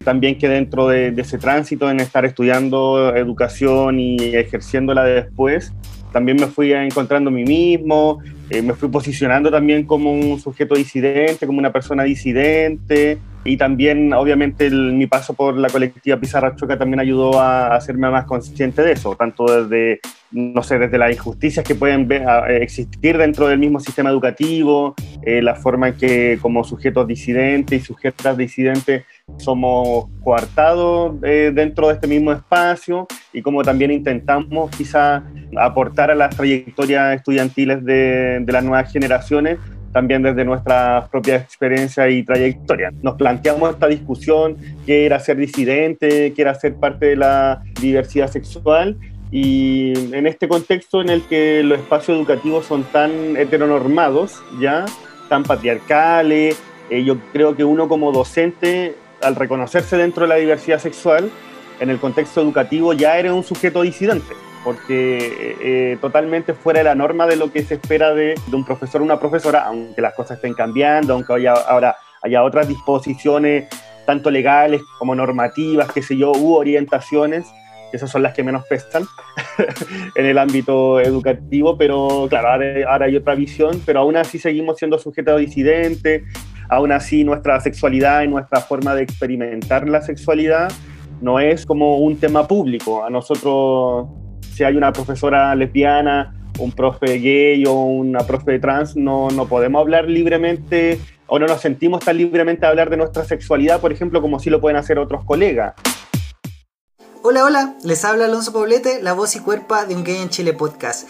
también que dentro de ese tránsito en estar estudiando educación y ejerciéndola después, también me fui encontrando a mí mismo, me fui posicionando también como un sujeto disidente, como una persona disidente, y también obviamente mi paso por la colectiva Pizarra Chueca también ayudó a hacerme más consciente de eso, tanto desde, no sé, desde las injusticias que pueden existir dentro del mismo sistema educativo, la forma en que como sujetos disidentes y sujetas disidentes somos coartados dentro de este mismo espacio, y como también intentamos quizá aportar a las trayectorias estudiantiles de las nuevas generaciones, también desde nuestras propias experiencias y trayectorias. Nos planteamos esta discusión, qué era ser disidente, qué era ser parte de la diversidad sexual, y en este contexto en el que los espacios educativos son tan heteronormados, ya, tan patriarcales, yo creo que uno como docente, al reconocerse dentro de la diversidad sexual, en el contexto educativo ya eres un sujeto disidente, porque totalmente fuera de la norma de lo que se espera de un profesor o una profesora, aunque las cosas estén cambiando, aunque ahora haya otras disposiciones, tanto legales como normativas, qué sé yo, u orientaciones, que esas son las que menos pesan en el ámbito educativo, pero claro, ahora hay otra visión, pero aún así seguimos siendo sujetos disidentes, aún así nuestra sexualidad y nuestra forma de experimentar la sexualidad no es como un tema público. A nosotros, si hay una profesora lesbiana, un profe gay o una profe trans, no podemos hablar libremente o no nos sentimos tan libremente a hablar de nuestra sexualidad, por ejemplo, como sí lo pueden hacer otros colegas. Hola, les habla Alonso Poblete, la voz y cuerpa de Un Gay en Chile podcast.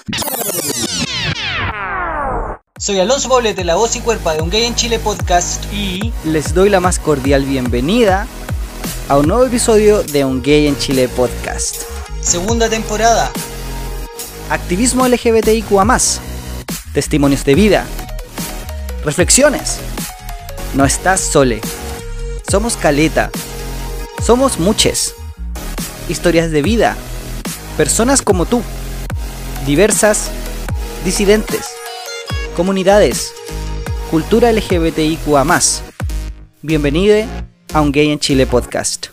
Soy Alonso Poblete, la voz y cuerpa de Un Gay en Chile podcast, y les doy la más cordial bienvenida a un nuevo episodio de Un Gay en Chile podcast. Segunda temporada. Activismo LGBTIQA+, testimonios de vida, reflexiones. No estás sole. Somos caleta. Somos muches. Historias de vida. Personas como tú. Diversas. Disidentes. Comunidades. Cultura LGBTIQA+. Bienvenido a Un Gay en Chile podcast.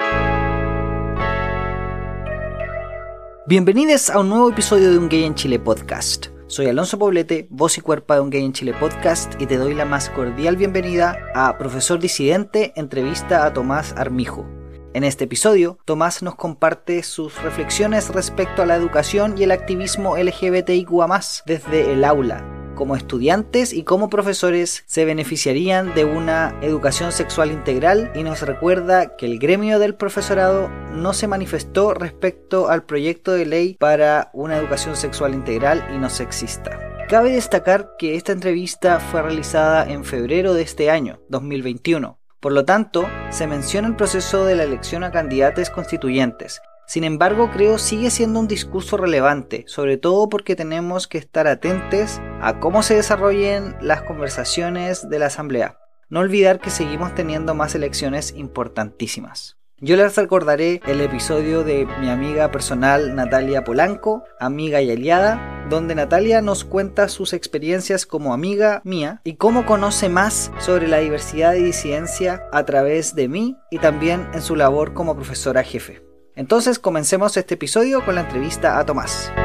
Bienvenidos a un nuevo episodio de Un Gay en Chile podcast. Soy Alonso Poblete, voz y cuerpa de Un Gay en Chile podcast, y te doy la más cordial bienvenida a Profesor Disidente, entrevista a Tomás Armijo. En este episodio, Tomás nos comparte sus reflexiones respecto a la educación y el activismo LGBTIQA+, desde el aula, como estudiantes y como profesores se beneficiarían de una educación sexual integral, y nos recuerda que el gremio del profesorado no se manifestó respecto al proyecto de ley para una educación sexual integral y no sexista. Cabe destacar que esta entrevista fue realizada en febrero de este año, 2021. Por lo tanto, se menciona el proceso de la elección a candidatos constituyentes. Sin embargo, creo sigue siendo un discurso relevante, sobre todo porque tenemos que estar atentos a cómo se desarrollen las conversaciones de la Asamblea. No olvidar que seguimos teniendo más elecciones importantísimas. Yo les recordaré el episodio de mi amiga personal Natalia Polanco, amiga y aliada, donde Natalia nos cuenta sus experiencias como amiga mía y cómo conoce más sobre la diversidad y disidencia a través de mí y también en su labor como profesora jefe. Entonces comencemos este episodio con la entrevista a Tomás.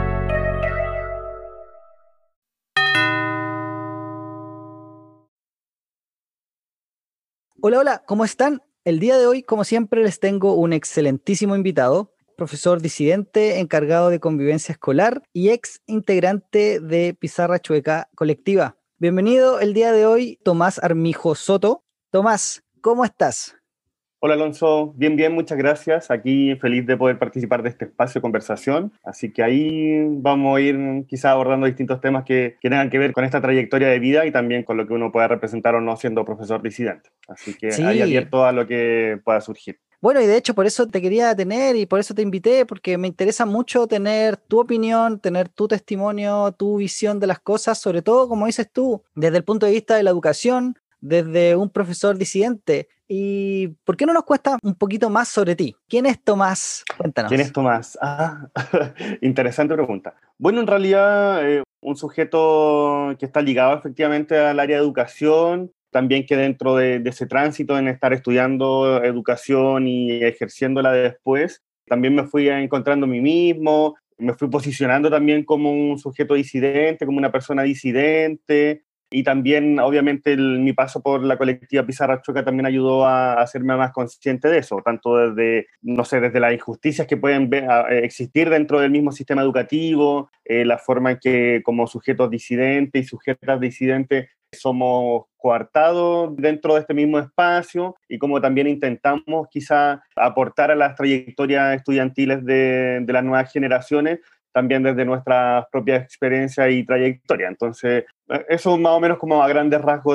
Hola, ¿cómo están? El día de hoy, como siempre, les tengo un excelentísimo invitado, profesor disidente encargado de convivencia escolar y ex integrante de Pizarra Chueca Colectiva. Bienvenido el día de hoy, Tomás Armijo Soto. Tomás, ¿cómo estás? Hola Alonso, bien, muchas gracias. Aquí feliz de poder participar de este espacio de conversación. Así que ahí vamos a ir quizás abordando distintos temas que tengan que ver con esta trayectoria de vida y también con lo que uno pueda representar o no siendo profesor disidente. Así que sí, ahí abierto a lo que pueda surgir. Bueno, y de hecho por eso te quería tener y por eso te invité, porque me interesa mucho tener tu opinión, tener tu testimonio, tu visión de las cosas, sobre todo, como dices tú, desde el punto de vista de la educación, desde un profesor disidente. ¿Y por qué no nos cuesta un poquito más sobre ti? ¿Quién es Tomás? Cuéntanos. ¿Quién es Tomás? Interesante pregunta. Bueno, en realidad un sujeto que está ligado efectivamente al área de educación, también que dentro de ese tránsito en estar estudiando educación y ejerciéndola después, también me fui encontrando a mí mismo, me fui posicionando también como un sujeto disidente, como una persona disidente, y también, obviamente, mi paso por la colectiva Pizarra Chueca también ayudó a hacerme más consciente de eso, tanto desde, no sé, desde las injusticias que pueden existir dentro del mismo sistema educativo, la forma en que como sujetos disidentes y sujetas disidentes somos coartados dentro de este mismo espacio y como también intentamos quizá aportar a las trayectorias estudiantiles de las nuevas generaciones, también desde nuestras propias experiencias y trayectoria. Entonces, eso más o menos como a grandes rasgos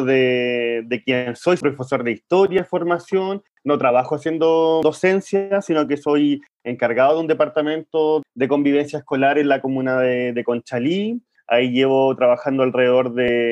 de quién soy. Soy profesor de historia, formación, no trabajo haciendo docencia, sino que soy encargado de un departamento de convivencia escolar en la comuna de Conchalí. Ahí llevo trabajando alrededor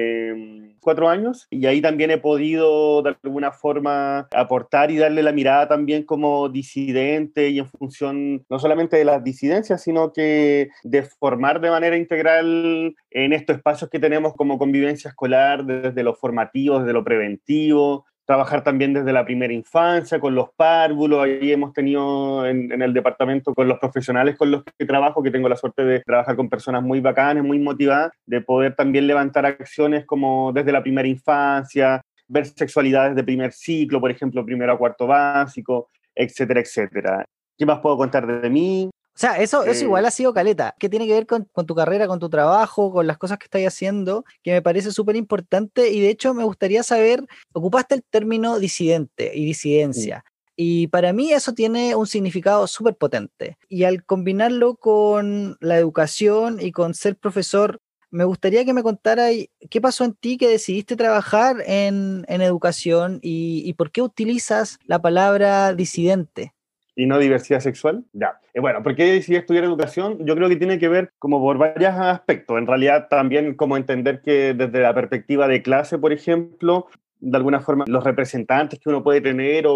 de 4 años y ahí también he podido de alguna forma aportar y darle la mirada también como disidente y en función no solamente de las disidencias, sino que de formar de manera integral en estos espacios que tenemos como convivencia escolar, desde lo formativo, desde lo preventivo, trabajar también desde la primera infancia, con los párvulos. Ahí hemos tenido en el departamento con los profesionales con los que trabajo, que tengo la suerte de trabajar con personas muy bacanas, muy motivadas, de poder también levantar acciones como desde la primera infancia, ver sexualidades de primer ciclo, por ejemplo, primero a cuarto básico, etcétera, etcétera. ¿Qué más puedo contar de mí? O sea, eso igual ha sido caleta. ¿Qué tiene que ver con tu carrera, con tu trabajo, con las cosas que estás haciendo? Que me parece súper importante y de hecho me gustaría saber, ocupaste el término disidente y disidencia. Y para mí eso tiene un significado súper potente. Y al combinarlo con la educación y con ser profesor, me gustaría que me contaras qué pasó en ti que decidiste trabajar en educación y por qué utilizas la palabra disidente. ¿Y no diversidad sexual? Ya. Bueno, ¿por qué decidí estudiar educación? Yo creo que tiene que ver como por varios aspectos. En realidad también como entender que desde la perspectiva de clase, por ejemplo, de alguna forma los representantes que uno puede tener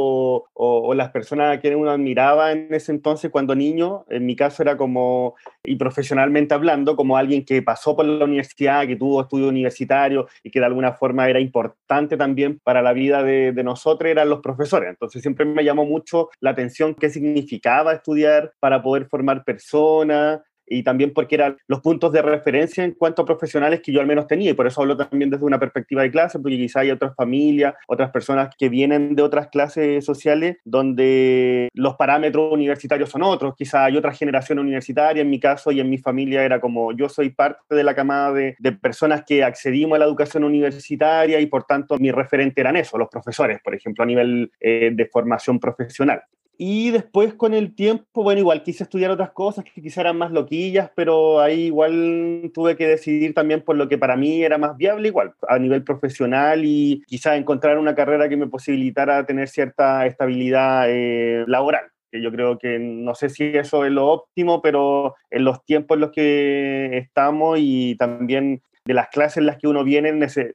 o las personas a quienes uno admiraba en ese entonces cuando niño, en mi caso era como, y profesionalmente hablando, como alguien que pasó por la universidad, que tuvo estudios universitarios y que de alguna forma era importante también para la vida de nosotros, eran los profesores. Entonces siempre me llamó mucho la atención qué significaba estudiar para poder formar personas, y también porque eran los puntos de referencia en cuanto a profesionales que yo al menos tenía, y por eso hablo también desde una perspectiva de clase, porque quizá hay otras familias, otras personas que vienen de otras clases sociales donde los parámetros universitarios son otros, quizá hay otra generación universitaria, en mi caso y en mi familia era como yo soy parte de la camada de personas que accedimos a la educación universitaria y por tanto mi referente eran eso, los profesores, por ejemplo, a nivel de formación profesional. Y después con el tiempo, bueno, igual quise estudiar otras cosas que quizás eran más loquillas, pero ahí igual tuve que decidir también por lo que para mí era más viable, igual a nivel profesional y quizás encontrar una carrera que me posibilitara tener cierta estabilidad laboral. Que yo creo que no sé si eso es lo óptimo, pero en los tiempos en los que estamos y también de las clases en las que uno viene,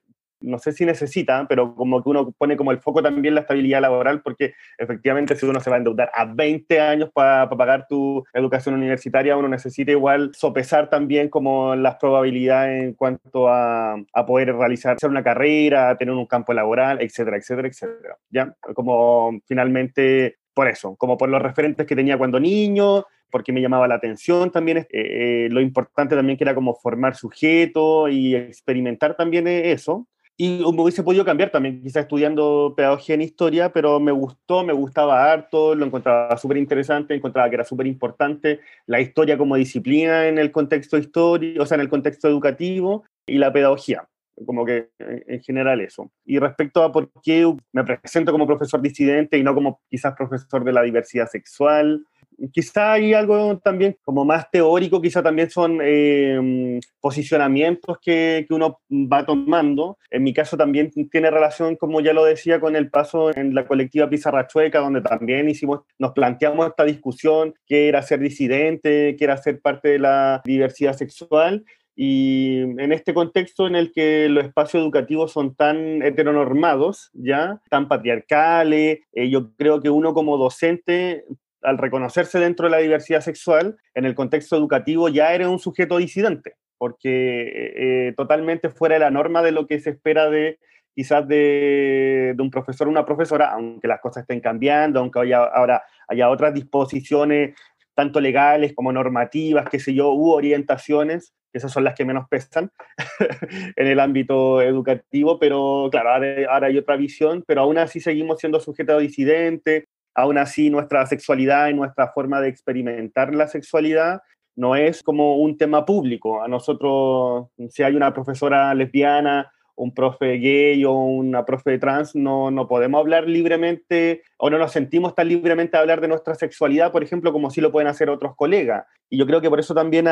no sé si necesita, pero como que uno pone como el foco también la estabilidad laboral, porque efectivamente si uno se va a endeudar a 20 años para pagar tu educación universitaria, uno necesita igual sopesar también como las probabilidades en cuanto a poder realizar una carrera, a tener un campo laboral, etcétera, etcétera, etcétera. ¿Ya? Como finalmente por eso, como por los referentes que tenía cuando niño, porque me llamaba la atención también, lo importante también que era como formar sujetos y experimentar también eso. Y me hubiese podido cambiar también, quizás estudiando pedagogía en historia, pero me gustaba harto, lo encontraba súper interesante, encontraba que era súper importante la historia como disciplina en el contexto histórico, o sea, en el contexto educativo y la pedagogía, como que en general eso. Y respecto a por qué me presento como profesor disidente y no como quizás profesor de la diversidad sexual, quizá hay algo también como más teórico, quizá también son posicionamientos que uno va tomando. En mi caso también tiene relación, como ya lo decía, con el paso en la colectiva Pizarra Chueca, donde también nos planteamos esta discusión, qué era ser disidente, qué era ser parte de la diversidad sexual. Y en este contexto en el que los espacios educativos son tan heteronormados, ya tan patriarcales, yo creo que uno como docente, al reconocerse dentro de la diversidad sexual, en el contexto educativo ya eres un sujeto disidente, porque totalmente fuera de la norma de lo que se espera de quizás de un profesor o una profesora, aunque las cosas estén cambiando, aunque ahora haya otras disposiciones, tanto legales como normativas, qué sé yo, u orientaciones, que esas son las que menos pesan en el ámbito educativo, pero claro, ahora hay otra visión, pero aún así seguimos siendo sujetos disidentes, aún así nuestra sexualidad y nuestra forma de experimentar la sexualidad no es como un tema público. A nosotros, si hay una profesora lesbiana, un profe gay o una profe trans, no podemos hablar libremente o no nos sentimos tan libremente a hablar de nuestra sexualidad, por ejemplo, como sí lo pueden hacer otros colegas. Y yo creo que por eso también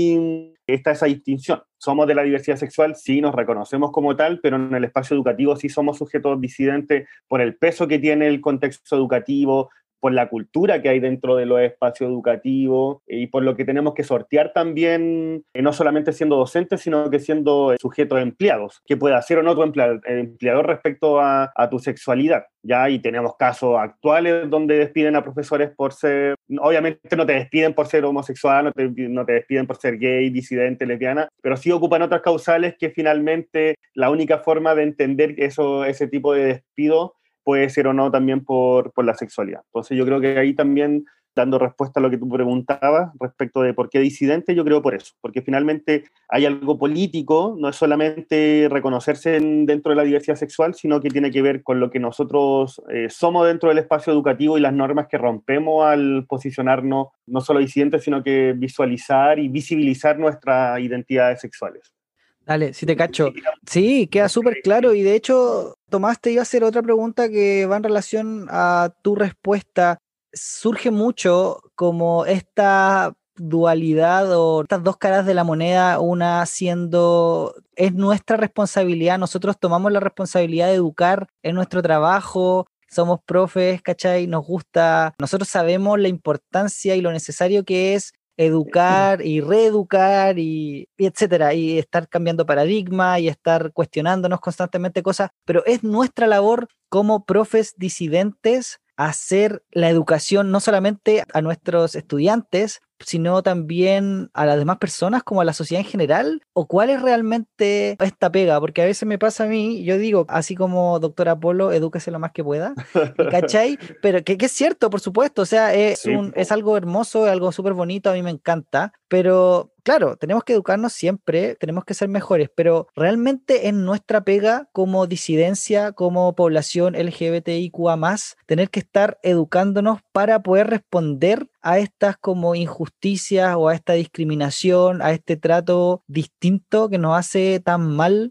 está esa distinción. Somos de la diversidad sexual, sí nos reconocemos como tal, pero en el espacio educativo sí somos sujetos disidentes por el peso que tiene el contexto educativo, por la cultura que hay dentro de los espacios educativos y por lo que tenemos que sortear también, no solamente siendo docentes, sino que siendo sujetos empleados, que puede hacer o no tu empleador respecto a tu sexualidad. Ya, y tenemos casos actuales donde despiden a profesores por ser, obviamente no te despiden por ser homosexual, no te despiden por ser gay, disidente, lesbiana, pero sí ocupan otras causales que finalmente la única forma de entender ese tipo de despido puede ser o no también por la sexualidad. Entonces yo creo que ahí también, dando respuesta a lo que tú preguntabas respecto de por qué disidente, yo creo por eso, porque finalmente hay algo político, no es solamente reconocerse dentro de la diversidad sexual, sino que tiene que ver con lo que nosotros somos dentro del espacio educativo y las normas que rompemos al posicionarnos no solo disidentes, sino que visualizar y visibilizar nuestras identidades sexuales. Dale, si te cacho. Sí, queda súper claro. Y de hecho, Tomás, te iba a hacer otra pregunta que va en relación a tu respuesta. Surge mucho como esta dualidad o estas dos caras de la moneda, una siendo, es nuestra responsabilidad, nosotros tomamos la responsabilidad de educar en nuestro trabajo, somos profes, ¿cachai? Nos gusta, nosotros sabemos la importancia y lo necesario que es educar y reeducar y etcétera, y estar cambiando paradigma y estar cuestionándonos constantemente cosas, pero es nuestra labor como profes disidentes hacer la educación no solamente a nuestros estudiantes, sino también a las demás personas como a la sociedad en general, o cuál es realmente esta pega, porque a veces me pasa a mí, yo digo, así como doctor Apolo, edúquese lo más que pueda, ¿cachai? Pero que es cierto, por supuesto, o sea, es algo hermoso, es algo súper bonito, a mí me encanta, pero claro, tenemos que educarnos siempre, tenemos que ser mejores, pero realmente es nuestra pega como disidencia, como población LGBTIQA+, tener que estar educándonos para poder responder a estas como injusticias o a esta discriminación, a este trato distinto que nos hace tan mal,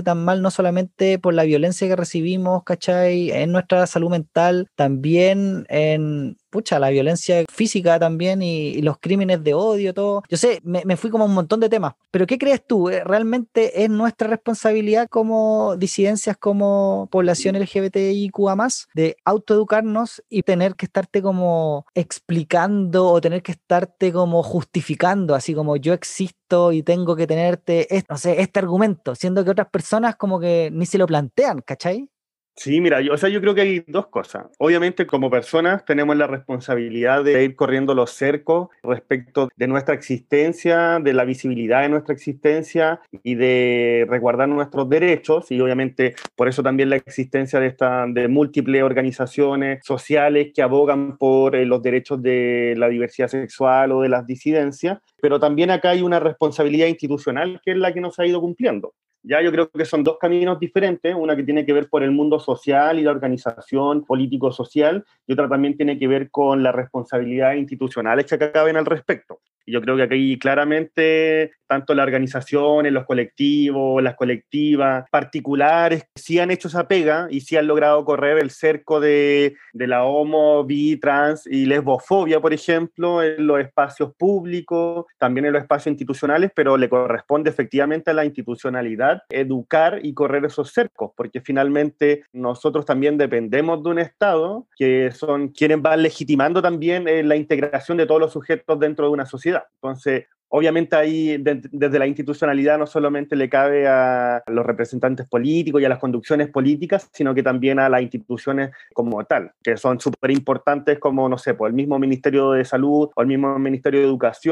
no solamente por la violencia que recibimos, ¿cachai? En nuestra salud mental, también en la violencia física también y los crímenes de odio, todo. Yo sé, me fui como a un montón de temas, pero ¿qué crees tú? ¿Realmente es nuestra responsabilidad como disidencias, como población LGBTIQA+, de autoeducarnos y tener que estarte como explicando o tener que estarte como justificando, así como yo existo y tengo que tenerte, no sé, este argumento, siendo que otras personas como que ni se lo plantean, ¿cachai? Sí, mira, yo creo que hay dos cosas. Obviamente, como personas tenemos la responsabilidad de ir corriendo los cercos respecto de nuestra existencia, de la visibilidad de nuestra existencia y de resguardar nuestros derechos. Y obviamente, por eso también la existencia de múltiples organizaciones sociales que abogan por los derechos de la diversidad sexual o de las disidencias. Pero también acá hay una responsabilidad institucional que es la que nos ha ido cumpliendo. Ya yo creo que son dos caminos diferentes, una que tiene que ver por el mundo social y la organización político-social, y otra también tiene que ver con las responsabilidades institucionales que acá caben al respecto. Y yo creo que aquí claramente tanto la organización, los colectivos, las colectivas particulares, sí han hecho esa pega y sí han logrado correr el cerco de la homo, bi, trans y lesbofobia, por ejemplo, en los espacios públicos, también en los espacios institucionales, pero le corresponde efectivamente a la institucionalidad educar y correr esos cercos, porque finalmente nosotros también dependemos de un Estado que son quienes van legitimando también la integración de todos los sujetos dentro de una sociedad. Entonces, obviamente ahí desde la institucionalidad no solamente le cabe a los representantes políticos y a las conducciones políticas, sino que también a las instituciones como tal, que son súper importantes como, no sé, pues el mismo Ministerio de Salud o el mismo Ministerio de Educación,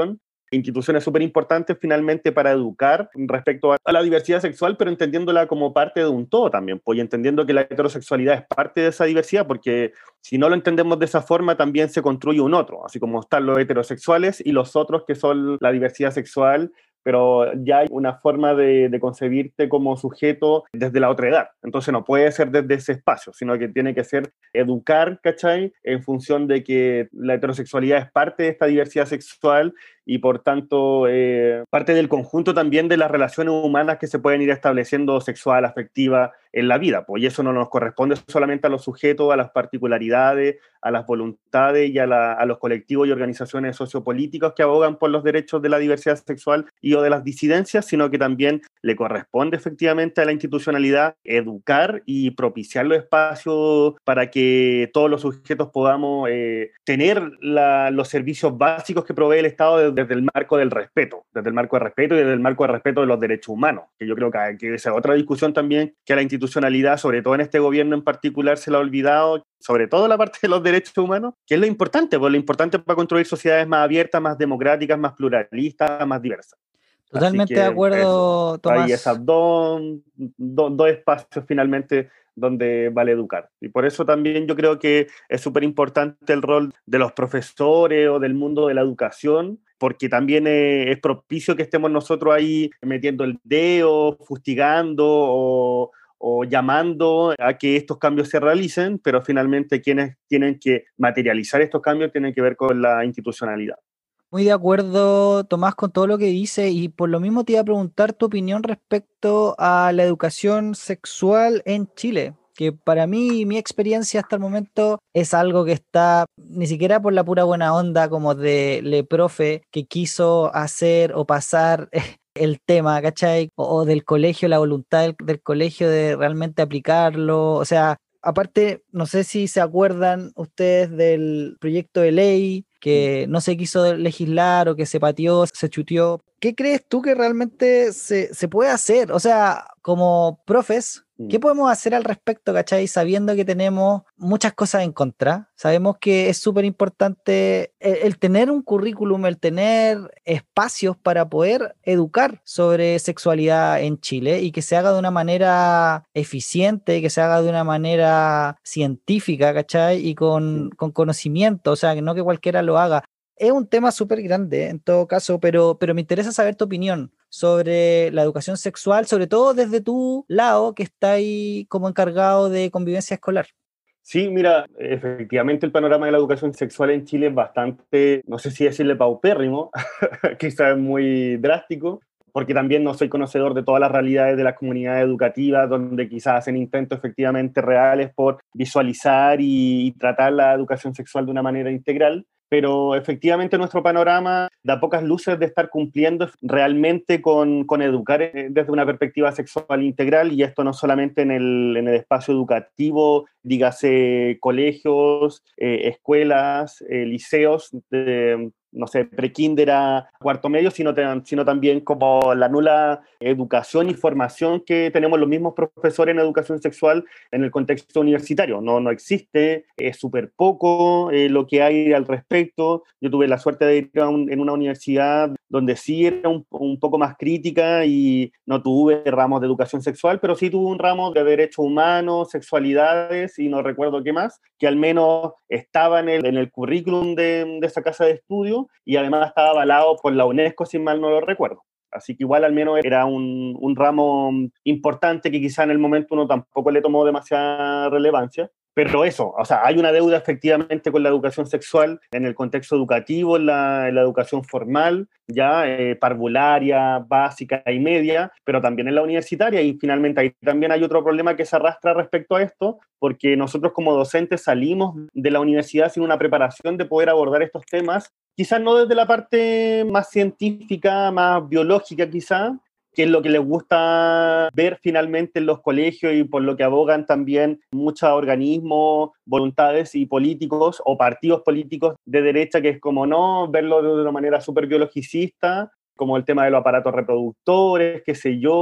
instituciones súper importantes finalmente para educar respecto a la diversidad sexual, pero entendiéndola como parte de un todo también, pues, y entendiendo que la heterosexualidad es parte de esa diversidad, porque si no lo entendemos de esa forma, también se construye un otro, así como están los heterosexuales y los otros que son la diversidad sexual, pero ya hay una forma de concebirte como sujeto desde la otra edad. Entonces no puede ser desde ese espacio, sino que tiene que ser educar, ¿cachai? En función de que la heterosexualidad es parte de esta diversidad sexual y por tanto parte del conjunto también de las relaciones humanas que se pueden ir estableciendo sexual, afectiva en la vida. Pues y eso no nos corresponde solamente a los sujetos, a las particularidades, a las voluntades y a los colectivos y organizaciones sociopolíticas que abogan por los derechos de la diversidad sexual y o de las disidencias, sino que también le corresponde efectivamente a la institucionalidad educar y propiciar los espacios para que todos los sujetos podamos tener los servicios básicos que provee el Estado desde el marco del respeto, desde el marco del respeto y desde el marco del respeto de los derechos humanos, que yo creo que esa es otra discusión también que a la institucionalidad, sobre todo en este gobierno en particular, se le ha olvidado, sobre todo la parte de los derechos humanos, que es lo importante, pues lo importante para construir sociedades más abiertas, más democráticas, más pluralistas, más diversas. Totalmente de acuerdo, Tomás. Hay esas dos espacios finalmente donde vale educar. Y por eso también yo creo que es súper importante el rol de los profesores o del mundo de la educación, porque también es propicio que estemos nosotros ahí metiendo el dedo, fustigando o llamando a que estos cambios se realicen, pero finalmente quienes tienen que materializar estos cambios tienen que ver con la institucionalidad. Muy de acuerdo, Tomás, con todo lo que dice, y por lo mismo te iba a preguntar tu opinión respecto a la educación sexual en Chile, que para mí, mi experiencia hasta el momento es algo que está ni siquiera por la pura buena onda como de profe que quiso hacer o pasar el tema, ¿cachai? O del colegio, la voluntad del colegio de realmente aplicarlo, o sea, aparte, no sé si se acuerdan ustedes del proyecto de ley que no se quiso legislar o que se pateó, se chuteó. ¿Qué crees tú que realmente se puede hacer? O sea, como profes, ¿qué podemos hacer al respecto, cachai? Sabiendo que tenemos muchas cosas en contra. Sabemos que es súper importante el tener un currículum, el tener espacios para poder educar sobre sexualidad en Chile y que se haga de una manera eficiente, que se haga de una manera científica, cachai? Y con conocimiento, o sea, que no que cualquiera lo haga. Es un tema súper grande en todo caso, pero me interesa saber tu opinión sobre la educación sexual, sobre todo desde tu lado, que está ahí como encargado de convivencia escolar. Sí, mira, efectivamente el panorama de la educación sexual en Chile es bastante, no sé si decirle paupérrimo, quizás es muy drástico, porque también no soy conocedor de todas las realidades de las comunidades educativas, donde quizás hacen intentos efectivamente reales por visualizar y tratar la educación sexual de una manera integral. Pero efectivamente nuestro panorama da pocas luces de estar cumpliendo realmente con educar desde una perspectiva sexual integral, y esto no solamente en el espacio educativo, dígase colegios, escuelas, liceos, no sé, prekinder a cuarto medio, sino también como la nula educación y formación que tenemos los mismos profesores en educación sexual en el contexto universitario. No existe, es súper poco lo que hay al respecto. Yo tuve la suerte de ir en una universidad donde sí era un poco más crítica y no tuve ramos de educación sexual, pero sí tuve un ramo de derechos humanos, sexualidades y no recuerdo qué más, que al menos estaba en el currículum de esa casa de estudio y además estaba avalado por la UNESCO, si mal no lo recuerdo. Así que igual al menos era un ramo importante que quizá en el momento uno tampoco le tomó demasiada relevancia. Pero eso, o sea, hay una deuda efectivamente con la educación sexual en el contexto educativo, en la educación formal, ya parvularia, básica y media, pero también en la universitaria. Y finalmente ahí también hay otro problema que se arrastra respecto a esto, porque nosotros como docentes salimos de la universidad sin una preparación de poder abordar estos temas, quizás no desde la parte más científica, más biológica quizás, que es lo que les gusta ver finalmente en los colegios y por lo que abogan también muchos organismos, voluntades y políticos o partidos políticos de derecha, que es como no, verlo de una manera súper biologicista, como el tema de los aparatos reproductores, qué sé yo,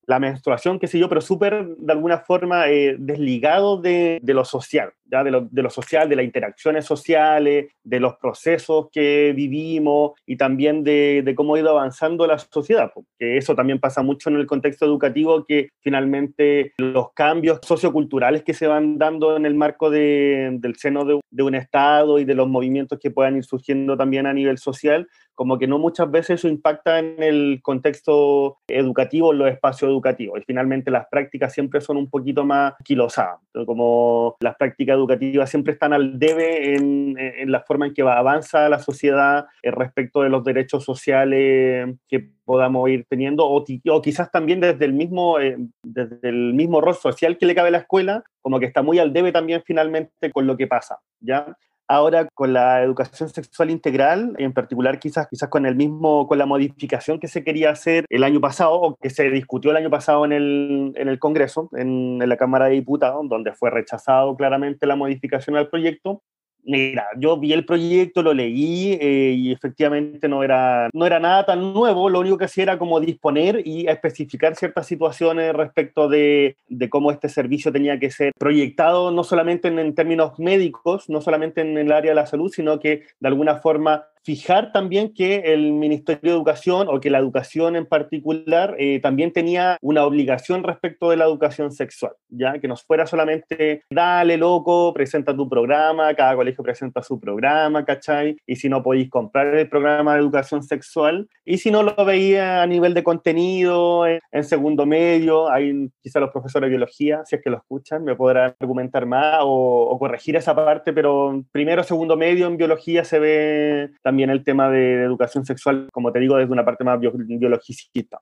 la menstruación, qué sé yo, pero súper de alguna forma desligado de lo social, ¿ya? De lo social, de las interacciones sociales, de los procesos que vivimos y también de cómo ha ido avanzando la sociedad, porque eso también pasa mucho en el contexto educativo, que finalmente los cambios socioculturales que se van dando en el marco del seno de un Estado y de los movimientos que puedan ir surgiendo también a nivel social, como que no muchas veces eso impacta en el contexto educativo, en los espacios educativos. Y finalmente las prácticas siempre son un poquito más quilosadas. Como las prácticas educativas siempre están al debe en la forma en que avanza la sociedad respecto de los derechos sociales que podamos ir teniendo, o quizás también desde el mismo rol social que le cabe a la escuela, como que está muy al debe también finalmente con lo que pasa, ¿ya? Ahora, con la educación sexual integral, en particular quizás con la modificación que se quería hacer el año pasado, o que se discutió el año pasado en el Congreso, en la Cámara de Diputados, donde fue rechazado claramente la modificación al proyecto. Mira, yo vi el proyecto, lo leí y efectivamente no era nada tan nuevo. Lo único que hacía era como disponer y especificar ciertas situaciones respecto de cómo este servicio tenía que ser proyectado, no solamente en términos médicos, no solamente en el área de la salud, sino que de alguna forma fijar también que el Ministerio de Educación, o que la educación en particular, también tenía una obligación respecto de la educación sexual, ¿ya? Que no fuera solamente, dale, loco, presenta tu programa, cada colegio presenta su programa, ¿cachai? Y si no podéis comprar el programa de educación sexual, y si no lo veía a nivel de contenido, en segundo medio, ahí quizá los profesores de biología, si es que lo escuchan, me podrán argumentar más o corregir esa parte, pero primero, segundo medio en biología se ve también el tema de educación sexual, como te digo, desde una parte más biologicista.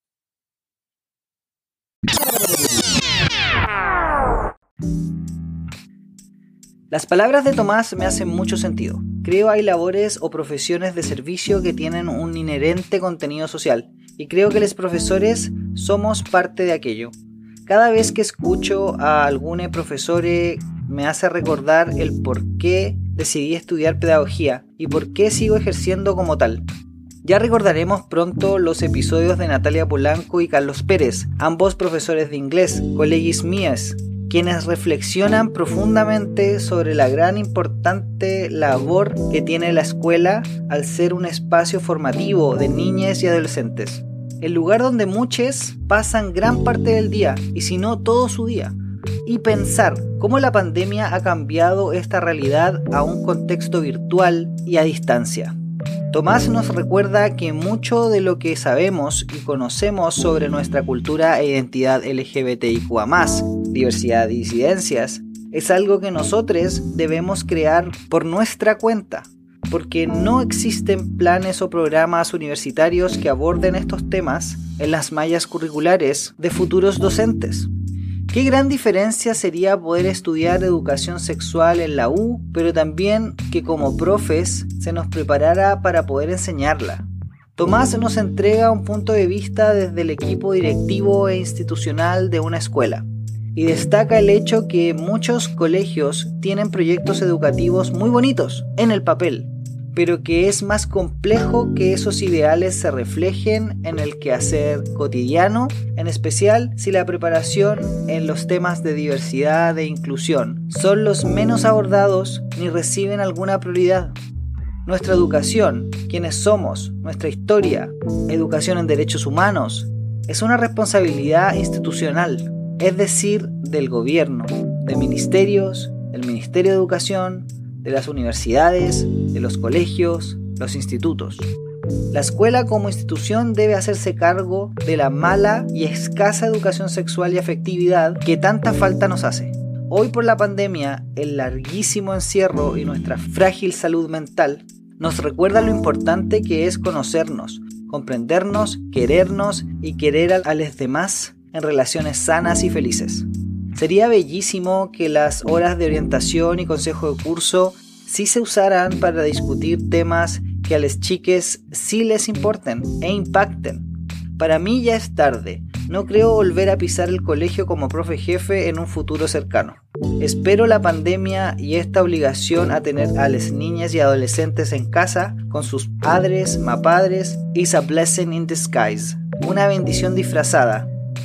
Las palabras de Tomás me hacen mucho sentido. Creo hay labores o profesiones de servicio que tienen un inherente contenido social, y creo que los profesores somos parte de aquello. Cada vez que escucho a algún profesor me hace recordar el por qué decidí estudiar pedagogía y por qué sigo ejerciendo como tal. Ya recordaremos pronto los episodios de Natalia Polanco y Carlos Pérez, ambos profesores de inglés, colegis mías, quienes reflexionan profundamente sobre la gran importante labor que tiene la escuela al ser un espacio formativo de niñas y adolescentes. El lugar donde muchos pasan gran parte del día, y si no todo su día. Y pensar cómo la pandemia ha cambiado esta realidad a un contexto virtual y a distancia. Tomás nos recuerda que mucho de lo que sabemos y conocemos sobre nuestra cultura e identidad LGBTIQA+, diversidad y disidencias, es algo que nosotros debemos crear por nuestra cuenta, porque no existen planes o programas universitarios que aborden estos temas en las mallas curriculares de futuros docentes. Qué gran diferencia sería poder estudiar educación sexual en la U, pero también que como profes se nos preparara para poder enseñarla. Tomás nos entrega un punto de vista desde el equipo directivo e institucional de una escuela, y destaca el hecho que muchos colegios tienen proyectos educativos muy bonitos en el papel, pero que es más complejo que esos ideales se reflejen en el quehacer cotidiano, en especial si la preparación en los temas de diversidad e inclusión son los menos abordados ni reciben alguna prioridad. Nuestra educación, quiénes somos, nuestra historia, educación en derechos humanos, es una responsabilidad institucional, es decir, del gobierno, de ministerios, del Ministerio de Educación, de las universidades, de los colegios, los institutos. La escuela como institución debe hacerse cargo de la mala y escasa educación sexual y afectividad que tanta falta nos hace. Hoy por la pandemia, el larguísimo encierro y nuestra frágil salud mental nos recuerda lo importante que es conocernos, comprendernos, querernos y querer a los demás en relaciones sanas y felices. Sería bellísimo que las horas de orientación y consejo de curso sí se usaran para discutir temas que a las chiques sí les importen e impacten. Para mí ya es tarde, no creo volver a pisar el colegio como profe jefe en un futuro cercano. Espero la pandemia y esta obligación a tener a las niñas y adolescentes en casa con sus padres, mapadres, is a blessing in disguise, una bendición disfrazada.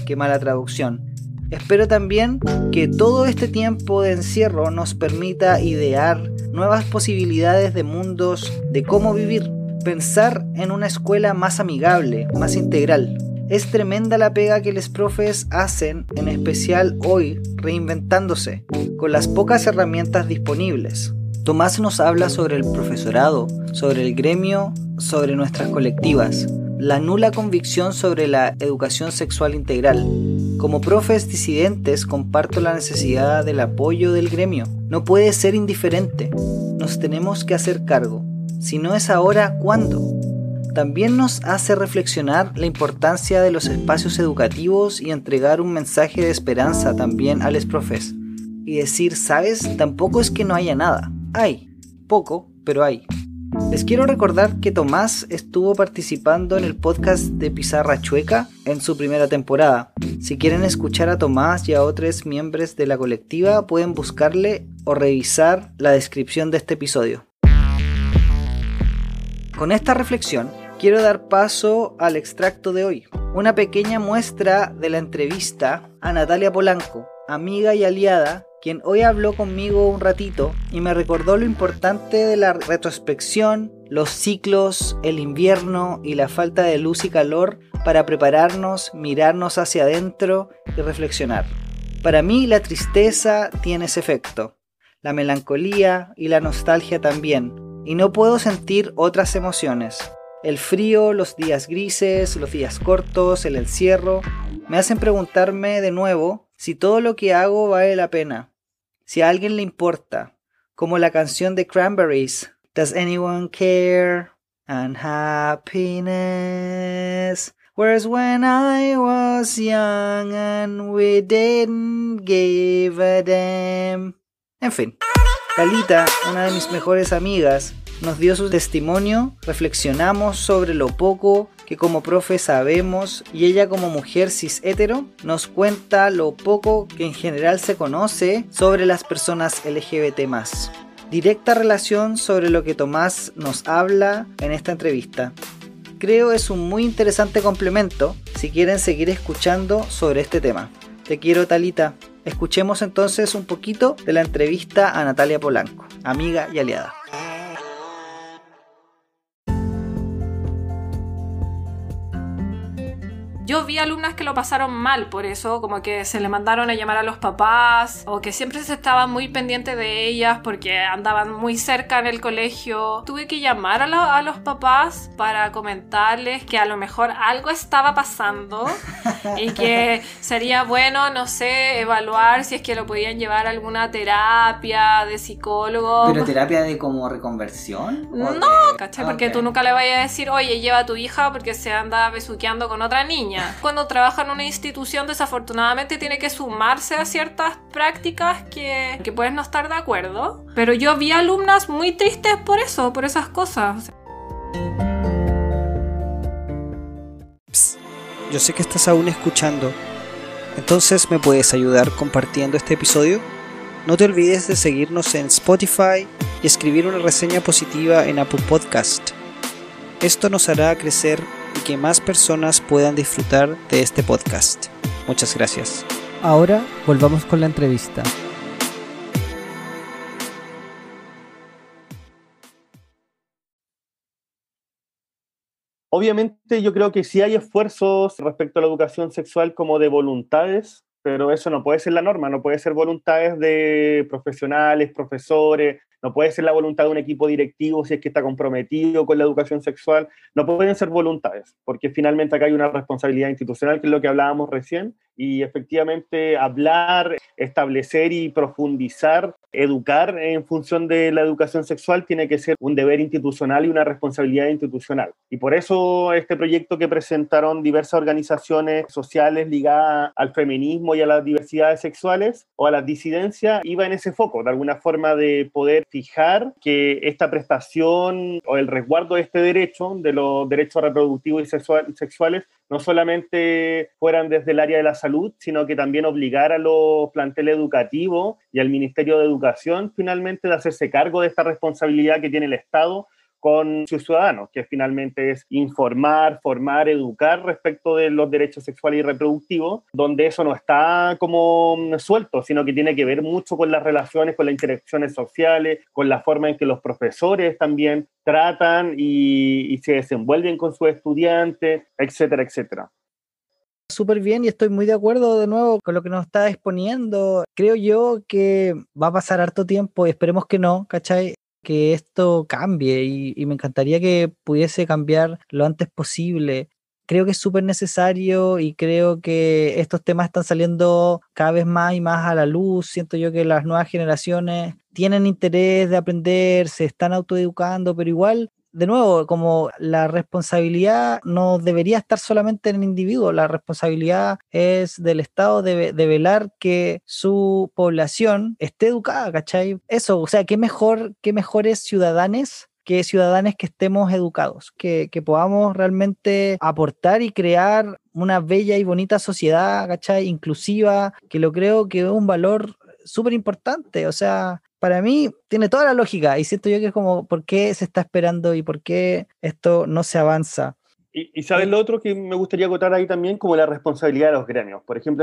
qué mala traducción. Espero también que todo este tiempo de encierro nos permita idear nuevas posibilidades de mundos, de cómo vivir, pensar en una escuela más amigable, más integral. Es tremenda la pega que los profes hacen, en especial hoy, reinventándose, con las pocas herramientas disponibles. Tomás nos habla sobre el profesorado, sobre el gremio, sobre nuestras colectivas, la nula convicción sobre la educación sexual integral. Como profes disidentes comparto la necesidad del apoyo del gremio. No puede ser indiferente. Nos tenemos que hacer cargo. Si no es ahora, ¿cuándo? También nos hace reflexionar la importancia de los espacios educativos y entregar un mensaje de esperanza también a los profes. Y decir, ¿sabes? Tampoco es que no haya nada. Hay. Poco, pero hay. Les quiero recordar que Tomás estuvo participando en el podcast de Pizarra Chueca en su primera temporada. Si quieren escuchar a Tomás y a otros miembros de la colectiva, pueden buscarle o revisar la descripción de este episodio. Con esta reflexión, quiero dar paso al extracto de hoy. Una pequeña muestra de la entrevista a Natalia Polanco, amiga y aliada, quien hoy habló conmigo un ratito y me recordó lo importante de la retrospección, los ciclos, el invierno y la falta de luz y calor para prepararnos, mirarnos hacia adentro y reflexionar. Para mí la tristeza tiene ese efecto, la melancolía y la nostalgia también, y no puedo sentir otras emociones. El frío, los días grises, los días cortos, el encierro, me hacen preguntarme de nuevo si todo lo que hago vale la pena, si a alguien le importa, como la canción de Cranberries, Does anyone care? And happiness, whereas when I was young and we didn't give a damn. En fin, Talita, una de mis mejores amigas, nos dio su testimonio, reflexionamos sobre lo poco que como profe sabemos y ella como mujer cis hetero nos cuenta lo poco que en general se conoce sobre las personas LGBT+. Directa relación sobre lo que Tomás nos habla en esta entrevista. Creo es un muy interesante complemento si quieren seguir escuchando sobre este tema. Te quiero, Talita. Escuchemos entonces un poquito de la entrevista a Natalia Polanco, amiga y aliada. Yo vi alumnas que lo pasaron mal por eso, como que se le mandaron a llamar a los papás o que siempre se estaban muy pendientes de ellas porque andaban muy cerca en el colegio. Tuve que llamar a los papás para comentarles que a lo mejor algo estaba pasando y que sería bueno, no sé, evaluar si es que lo podían llevar a alguna terapia de psicólogo. ¿Pero terapia de como reconversión? No, ¿cachai? Porque tú nunca le vayas a decir, oye, lleva a tu hija porque se anda besuqueando con otra niña. Cuando trabaja en una institución, desafortunadamente tiene que sumarse a ciertas prácticas que puedes no estar de acuerdo. Pero yo vi alumnas muy tristes por eso, por esas cosas. Psst, yo sé que estás aún escuchando. Entonces, ¿me puedes ayudar compartiendo este episodio? No te olvides de seguirnos en Spotify y escribir una reseña positiva en Apple Podcast. Esto nos hará crecer y que más personas puedan disfrutar de este podcast. Muchas gracias. Ahora volvamos con la entrevista. Obviamente yo creo que sí hay esfuerzos respecto a la educación sexual como de voluntades, pero eso no puede ser la norma, no puede ser voluntades de profesionales, profesores, no puede ser la voluntad de un equipo directivo si es que está comprometido con la educación sexual, no pueden ser voluntades, porque finalmente acá hay una responsabilidad institucional, que es lo que hablábamos recién, y efectivamente hablar, establecer y profundizar, educar en función de la educación sexual tiene que ser un deber institucional y una responsabilidad institucional. Y por eso este proyecto que presentaron diversas organizaciones sociales ligadas al feminismo y a las diversidades sexuales o a las disidencias iba en ese foco, de alguna forma de poder fijar que esta prestación o el resguardo de este derecho, de los derechos reproductivos y sexuales, no solamente fueran desde el área de la salud, sino que también obligar a los planteles educativos y al Ministerio de Educación finalmente de hacerse cargo de esta responsabilidad que tiene el Estado con sus ciudadanos, que finalmente es informar, formar, educar respecto de los derechos sexuales y reproductivos, donde eso no está como suelto, sino que tiene que ver mucho con las relaciones, con las interacciones sociales, con la forma en que los profesores también tratan y se desenvuelven con sus estudiantes, etcétera, etcétera. Súper bien y estoy muy de acuerdo de nuevo con lo que nos está exponiendo. Creo yo que va a pasar harto tiempo y esperemos que no, ¿cachai? Que esto cambie y me encantaría que pudiese cambiar lo antes posible. Creo que es súper necesario y creo que estos temas están saliendo cada vez más y más a la luz. Siento yo que las nuevas generaciones tienen interés de aprender, se están autoeducando, pero igual, de nuevo, como la responsabilidad no debería estar solamente en el individuo, la responsabilidad es del Estado de velar que su población esté educada, ¿cachai? Eso, o sea, qué mejores ciudadanos que ciudadanos que estemos educados, que podamos realmente aportar y crear una bella y bonita sociedad, ¿cachai? Inclusiva, que lo creo que es un valor súper importante, o sea, para mí tiene toda la lógica y siento yo que es como, ¿por qué se está esperando y por qué esto no se avanza? Y ¿sabes lo otro que me gustaría acotar ahí también? Como la responsabilidad de los gremios. Por ejemplo,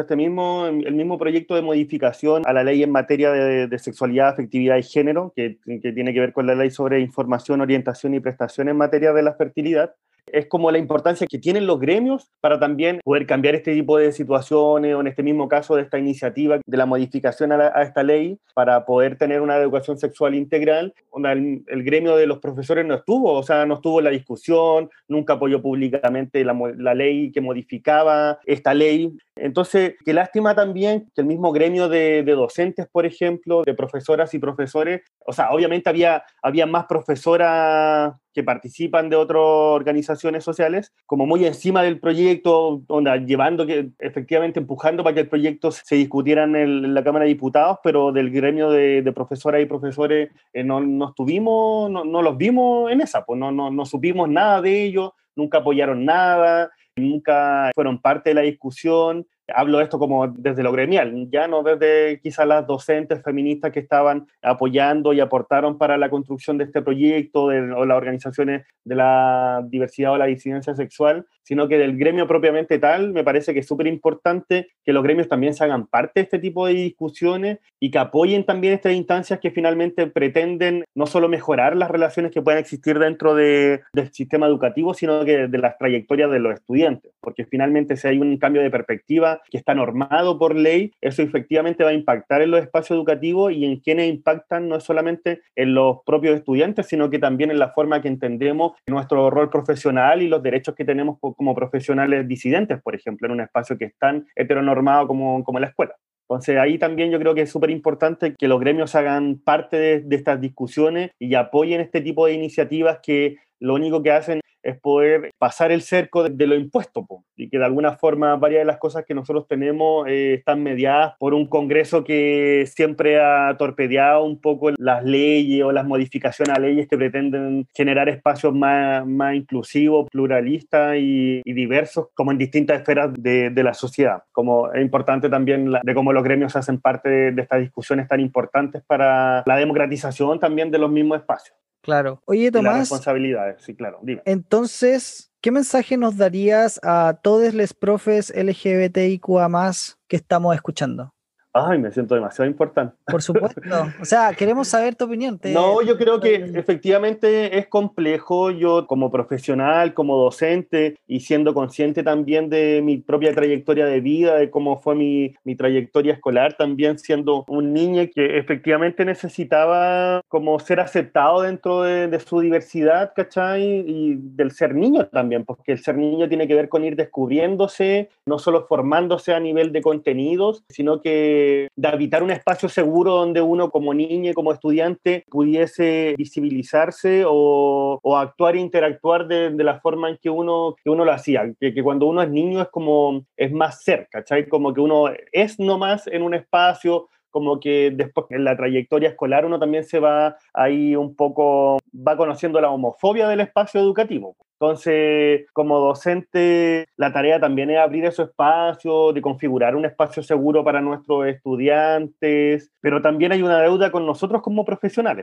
el mismo proyecto de modificación a la ley en materia de sexualidad, afectividad y género, que tiene que ver con la ley sobre información, orientación y prestación en materia de la fertilidad, es como la importancia que tienen los gremios para también poder cambiar este tipo de situaciones, o en este mismo caso de esta iniciativa de la modificación a esta ley para poder tener una educación sexual integral. El gremio de los profesores no estuvo, o sea, no estuvo en la discusión, nunca apoyó públicamente la ley que modificaba esta ley. Entonces, qué lástima también que el mismo gremio de docentes, por ejemplo, de profesoras y profesores, o sea, obviamente había más profesoras que participan de otras organizaciones sociales, como muy encima del proyecto, efectivamente empujando para que el proyecto se discutiera en la Cámara de Diputados, pero del gremio de profesoras y profesores no estuvimos, no los vimos en esa, pues no supimos nada de ellos, nunca apoyaron nada, nunca fueron parte de la discusión. Hablo de esto como desde lo gremial, ya no desde quizás las docentes feministas que estaban apoyando y aportaron para la construcción de este proyecto o las organizaciones de la diversidad o la disidencia sexual, sino que del gremio propiamente tal. Me parece que es súper importante que los gremios también se hagan parte de este tipo de discusiones y que apoyen también estas instancias que finalmente pretenden no solo mejorar las relaciones que puedan existir dentro del sistema educativo, sino que de las trayectorias de los estudiantes, porque finalmente si hay un cambio de perspectiva que está normado por ley, eso efectivamente va a impactar en los espacios educativos y en quienes impactan no es solamente en los propios estudiantes, sino que también en la forma que entendemos nuestro rol profesional y los derechos que tenemos como profesionales disidentes, por ejemplo, en un espacio que es tan heteronormado como la escuela. Entonces ahí también yo creo que es súper importante que los gremios hagan parte de estas discusiones y apoyen este tipo de iniciativas que lo único que hacen es poder pasar el cerco de lo impuesto, y que de alguna forma varias de las cosas que nosotros tenemos están mediadas por un Congreso que siempre ha torpedeado un poco las leyes o las modificaciones a leyes que pretenden generar espacios más inclusivos, pluralistas y diversos, como en distintas esferas de la sociedad. Como es importante también de cómo los gremios hacen parte de estas discusiones tan importantes para la democratización también de los mismos espacios. Claro. Oye, Y las Tomás, responsabilidades, sí, claro, dime. entonces, ¿qué mensaje nos darías a todos los profes LGBTIQA+ que estamos escuchando? Ay, me siento demasiado importante. Por supuesto. O sea, queremos saber tu opinión. No, yo creo que efectivamente es complejo. Yo como profesional, como docente y siendo consciente también de mi propia trayectoria de vida, de cómo fue mi trayectoria escolar, también siendo un niño que efectivamente necesitaba como ser aceptado dentro de su diversidad, ¿cachai? Y del ser niño también, porque el ser niño tiene que ver con ir descubriéndose, no solo formándose a nivel de contenidos, sino que de habitar un espacio seguro donde uno como niño y como estudiante pudiese visibilizarse o actuar e interactuar de la forma en que uno lo hacía, que cuando uno es niño es más cerca, ¿cachai? Como que uno es nomás en un espacio, como que después en la trayectoria escolar uno también se va ahí un poco, va conociendo la homofobia del espacio educativo. Entonces, como docente, la tarea también es abrir esos espacios, de configurar un espacio seguro para nuestros estudiantes, pero también hay una deuda con nosotros como profesionales,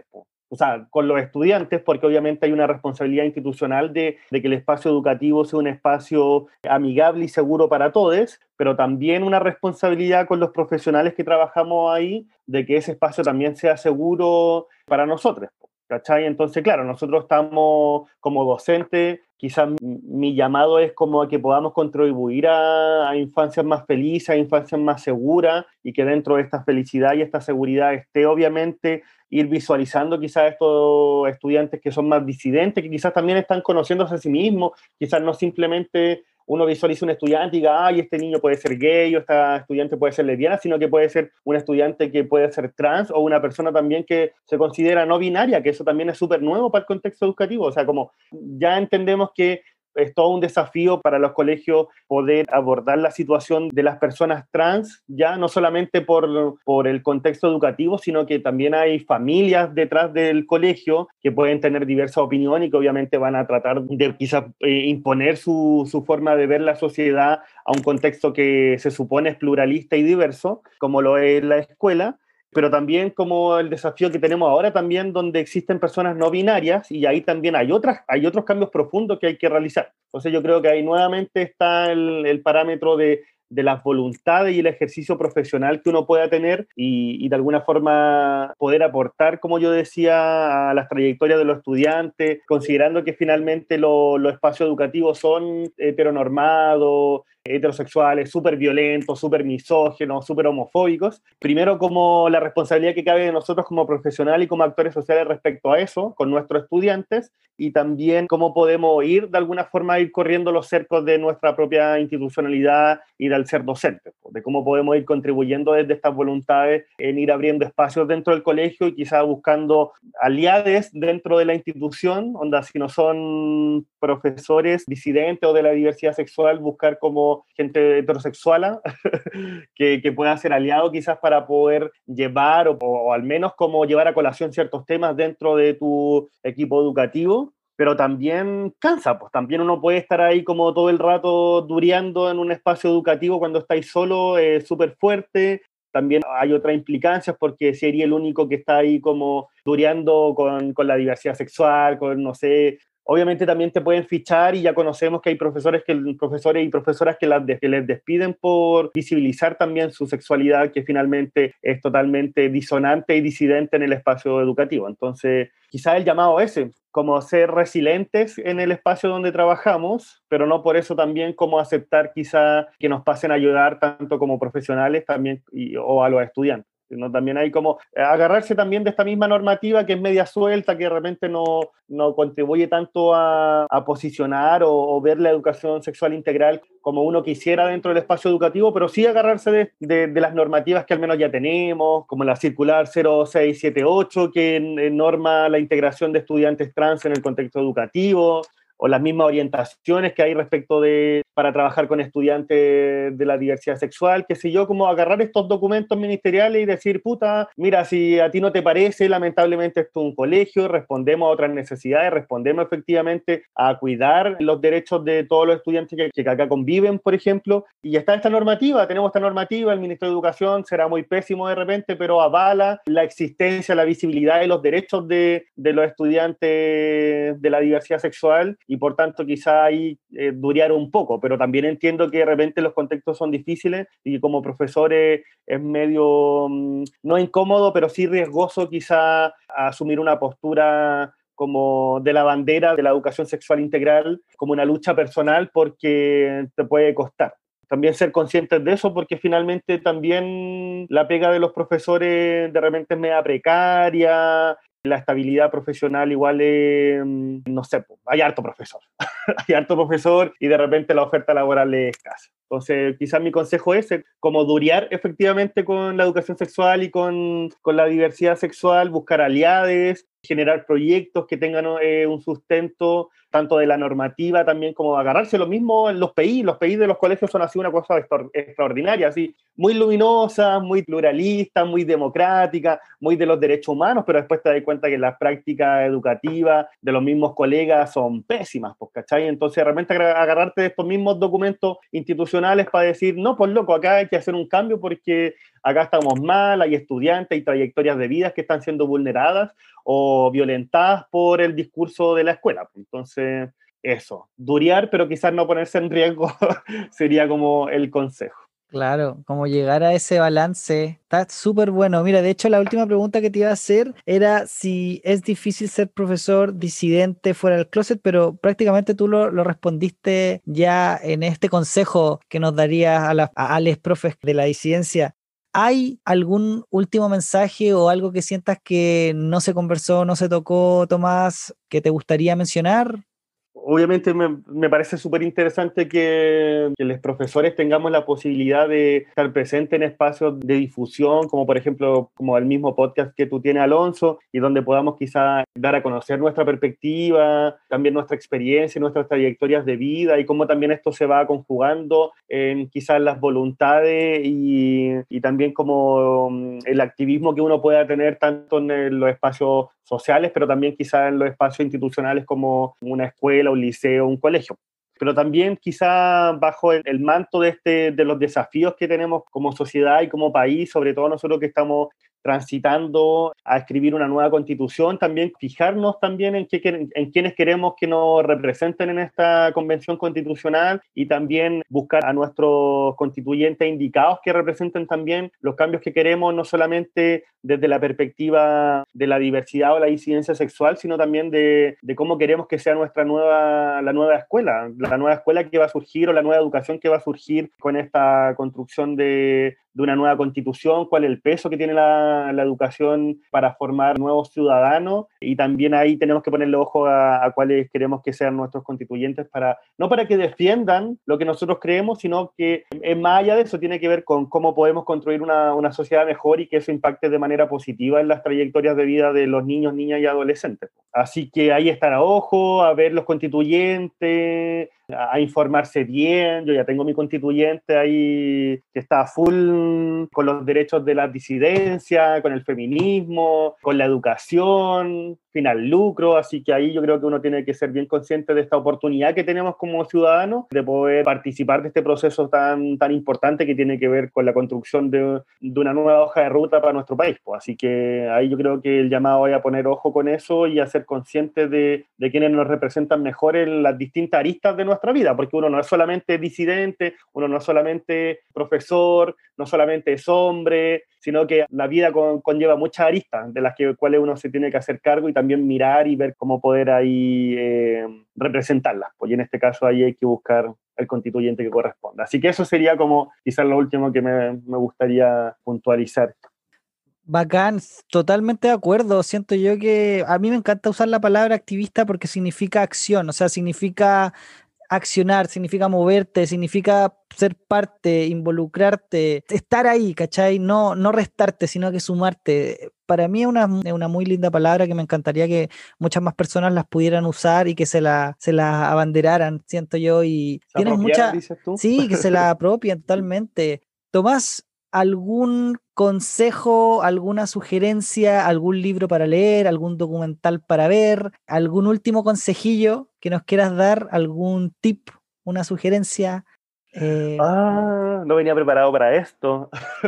o sea, con los estudiantes, porque obviamente hay una responsabilidad institucional de que el espacio educativo sea un espacio amigable y seguro para todos, pero también una responsabilidad con los profesionales que trabajamos ahí, de que ese espacio también sea seguro para nosotros, ¿cachai? Entonces, claro, nosotros estamos como docentes, quizás mi llamado es como a que podamos contribuir a infancias más felices, a infancias más seguras, y que dentro de esta felicidad y esta seguridad esté obviamente ir visualizando quizás estos estudiantes que son más disidentes, que quizás también están conociéndose a sí mismos, quizás no simplemente uno visualiza un estudiante y diga, ay, este niño puede ser gay o esta estudiante puede ser lesbiana, sino que puede ser un estudiante que puede ser trans o una persona también que se considera no binaria, que eso también es súper nuevo para el contexto educativo. O sea, como ya entendemos que es todo un desafío para los colegios poder abordar la situación de las personas trans, ya no solamente por el contexto educativo, sino que también hay familias detrás del colegio que pueden tener diversas opiniones y que obviamente van a tratar de quizás imponer su forma de ver la sociedad a un contexto que se supone es pluralista y diverso, como lo es la escuela, pero también como el desafío que tenemos ahora también donde existen personas no binarias y ahí también hay otros cambios profundos que hay que realizar. Entonces yo creo que ahí nuevamente está el parámetro de las voluntades y el ejercicio profesional que uno pueda tener y de alguna forma poder aportar, como yo decía, a las trayectorias de los estudiantes, considerando que finalmente los espacios educativos son heteronormados, heterosexuales, súper violentos, súper misóginos, súper homofóbicos. Primero, como la responsabilidad que cabe de nosotros como profesionales y como actores sociales respecto a eso, con nuestros estudiantes, y también cómo podemos ir, de alguna forma, ir corriendo los cercos de nuestra propia institucionalidad y del ser docente, de cómo podemos ir contribuyendo desde estas voluntades en ir abriendo espacios dentro del colegio y quizás buscando aliados dentro de la institución, onda, si no son profesores disidentes o de la diversidad sexual, buscar como gente heterosexual que pueda ser aliado quizás para poder llevar o al menos como llevar a colación ciertos temas dentro de tu equipo educativo. Pero también cansa, pues también uno puede estar ahí como todo el rato dureando en un espacio educativo cuando estáis solo, súper fuerte. También hay otras implicancias porque sería el único que está ahí como dureando con la diversidad sexual, con, no sé, obviamente también te pueden fichar y ya conocemos que hay profesores y profesoras que les despiden por visibilizar también su sexualidad, que finalmente es totalmente disonante y disidente en el espacio educativo. Entonces, quizás el llamado ese, como ser resilientes en el espacio donde trabajamos, pero no por eso también como aceptar quizá que nos pasen a ayudar tanto como profesionales también o a los estudiantes. ¿No? También hay como agarrarse también de esta misma normativa que es media suelta, que de repente no contribuye tanto a posicionar o ver la educación sexual integral como uno quisiera dentro del espacio educativo, pero sí agarrarse de las normativas que al menos ya tenemos, como la circular 0678, que norma la integración de estudiantes trans en el contexto educativo, o las mismas orientaciones que hay respecto para trabajar con estudiantes de la diversidad sexual, qué sé yo, como agarrar estos documentos ministeriales y decir, puta, mira, si a ti no te parece, lamentablemente esto es un colegio, respondemos a otras necesidades, respondemos efectivamente a cuidar los derechos de todos los estudiantes que acá conviven, por ejemplo, y está esta normativa, tenemos esta normativa, el Ministerio de Educación será muy pésimo de repente, pero avala la existencia, la visibilidad de los derechos de los estudiantes de la diversidad sexual, y por tanto quizá ahí durear un poco, pero también entiendo que de repente los contextos son difíciles y como profesores es medio, no incómodo, pero sí riesgoso quizá asumir una postura como de la bandera de la educación sexual integral como una lucha personal porque te puede costar. También ser conscientes de eso porque finalmente también la pega de los profesores de repente es media precaria, la estabilidad profesional igual es, no sé, hay harto profesor, hay harto profesor y de repente la oferta laboral es escasa. Entonces, quizás mi consejo es como durear efectivamente con la educación sexual y con la diversidad sexual, buscar aliados, generar proyectos que tengan un sustento tanto de la normativa también como agarrarse lo mismo en los PI. Los PI de los colegios son así una cosa extraordinaria, así muy luminosa, muy pluralista, muy democrática, muy de los derechos humanos, pero después te das cuenta que las prácticas educativas de los mismos colegas son pésimas, ¿cachai? Entonces realmente agarrarte de estos mismos documentos institucionales institucionales para decir, no, pues loco, acá hay que hacer un cambio porque acá estamos mal, hay estudiantes, hay trayectorias de vidas que están siendo vulneradas o violentadas por el discurso de la escuela. Entonces, eso, durear, pero quizás no ponerse en riesgo sería como el consejo. Claro, como llegar a ese balance, está súper bueno. Mira, de hecho, la última pregunta que te iba a hacer era si es difícil ser profesor disidente fuera del closet, pero prácticamente tú lo respondiste ya en este consejo que nos darías a les profes de la disidencia. ¿Hay algún último mensaje o algo que sientas que no se conversó, no se tocó, Tomás, que te gustaría mencionar? Obviamente me parece súper interesante que los profesores tengamos la posibilidad de estar presentes en espacios de difusión, como por ejemplo, como el mismo podcast que tú tienes, Alonso, y donde podamos quizá dar a conocer nuestra perspectiva, también nuestra experiencia, nuestras trayectorias de vida y cómo también esto se va conjugando en quizás las voluntades y también como el activismo que uno pueda tener tanto en los espacios sociales, pero también quizás en los espacios institucionales como una escuela, un liceo, un colegio. Pero también quizá bajo el manto de los desafíos que tenemos como sociedad y como país, sobre todo nosotros que estamos transitando a escribir una nueva constitución, también fijarnos también en quienes queremos que nos representen en esta convención constitucional y también buscar a nuestros constituyentes indicados que representen también los cambios que queremos, no solamente desde la perspectiva de la diversidad o la disidencia sexual, sino también de cómo queremos que sea la nueva escuela que va a surgir o la nueva educación que va a surgir con esta construcción de una nueva constitución, cuál es el peso que tiene la educación para formar nuevos ciudadanos, y también ahí tenemos que ponerle ojo a cuáles queremos que sean nuestros constituyentes, no para que defiendan lo que nosotros creemos, sino que más allá de eso tiene que ver con cómo podemos construir una sociedad mejor y que eso impacte de manera positiva en las trayectorias de vida de los niños, niñas y adolescentes. Así que ahí estar a ojo, a ver los constituyentes, a informarse bien. Yo ya tengo mi constituyente ahí que está full con los derechos de la disidencia, con el feminismo, con la educación, fin al lucro, así que ahí yo creo que uno tiene que ser bien consciente de esta oportunidad que tenemos como ciudadanos de poder participar de este proceso tan importante que tiene que ver con la construcción de una nueva hoja de ruta para nuestro país. Así que ahí yo creo que el llamado es a poner ojo con eso y a ser conscientes de quienes nos representan mejor en las distintas aristas de nuestra vida, porque uno no es solamente disidente, uno no es solamente profesor, no solamente es hombre, sino que la vida conlleva muchas aristas de las cuales uno se tiene que hacer cargo y también mirar y ver cómo poder ahí representarlas. Pues y en este caso ahí hay que buscar el constituyente que corresponda. Así que eso sería como quizás lo último que me gustaría puntualizar. Bacán, totalmente de acuerdo. Siento yo que a mí me encanta usar la palabra activista porque significa acción, o sea, significa accionar, significa moverte, significa ser parte, involucrarte, estar ahí, ¿cachai? No restarte, sino que sumarte. Para mí es una muy linda palabra que me encantaría que muchas más personas las pudieran usar y que se la abanderaran, siento yo, y tienes mucha... ¿Dices tú? Sí, que se la apropien totalmente. Tomás, ¿algún consejo, alguna sugerencia, algún libro para leer, algún documental para ver, algún último consejillo que nos quieras dar, algún tip, una sugerencia? No venía preparado para esto.